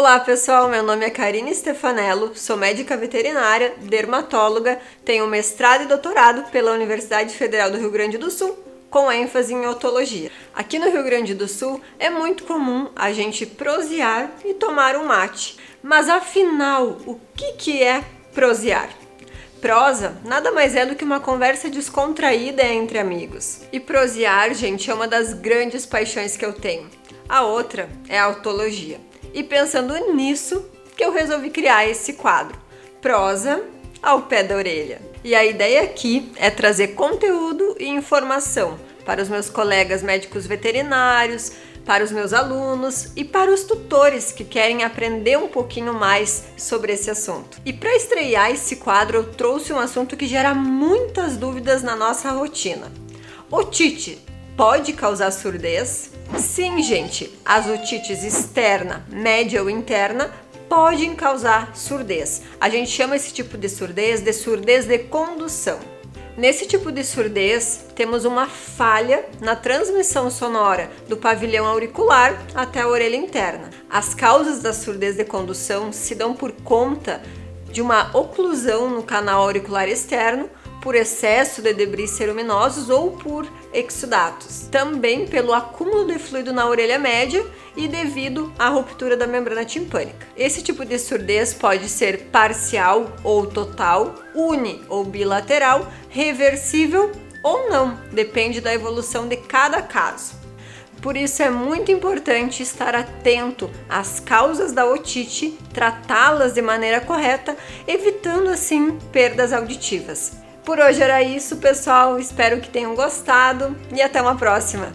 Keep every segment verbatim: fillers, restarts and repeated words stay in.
Olá pessoal, meu nome é Karine Stefanello, sou médica veterinária, dermatóloga, tenho mestrado e doutorado pela Universidade Federal do Rio Grande do Sul, com ênfase em otologia. Aqui no Rio Grande do Sul é muito comum a gente prosear e tomar um mate. Mas afinal, o que que é prosear? Prosa nada mais é do que uma conversa descontraída entre amigos. E prosear, gente, é uma das grandes paixões que eu tenho. A outra é a otologia. E pensando nisso, que eu resolvi criar esse quadro, Prosa ao pé da orelha. E a ideia aqui é trazer conteúdo e informação para os meus colegas médicos veterinários, para os meus alunos e para os tutores que querem aprender um pouquinho mais sobre esse assunto. E para estrear esse quadro, eu trouxe um assunto que gera muitas dúvidas na nossa rotina. Otite pode causar surdez? Sim, gente, as otites externa, média ou interna podem causar surdez. A gente chama esse tipo de surdez de surdez de condução. Nesse tipo de surdez, temos uma falha na transmissão sonora do pavilhão auricular até a orelha interna. As causas da surdez de condução se dão por conta de uma oclusão no canal auricular externo, por excesso de debris ceruminosos ou por exudatos. Também pelo acúmulo de fluido na orelha média e devido à ruptura da membrana timpânica. Esse tipo de surdez pode ser parcial ou total, uni ou bilateral, reversível ou não, depende da evolução de cada caso. Por isso é muito importante estar atento às causas da otite, tratá-las de maneira correta, evitando assim perdas auditivas. Por hoje era isso, pessoal. Espero que tenham gostado e até uma próxima.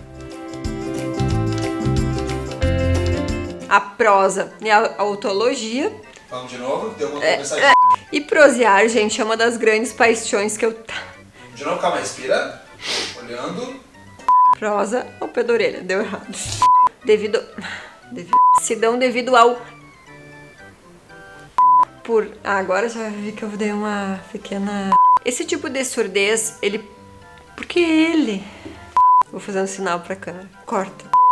A prosa e a otologia. Vamos de novo? Deu uma é, é, E prosear, gente, é uma das grandes paixões que eu... De novo, calma, respira. Olhando. Prosa ao pé da orelha. Deu errado. Devido... devido... Se dão devido ao... Por... Ah, agora já vi que eu dei uma pequena... Esse tipo de surdez, ele... Porque ele... Vou fazer um sinal pra câmera. Corta.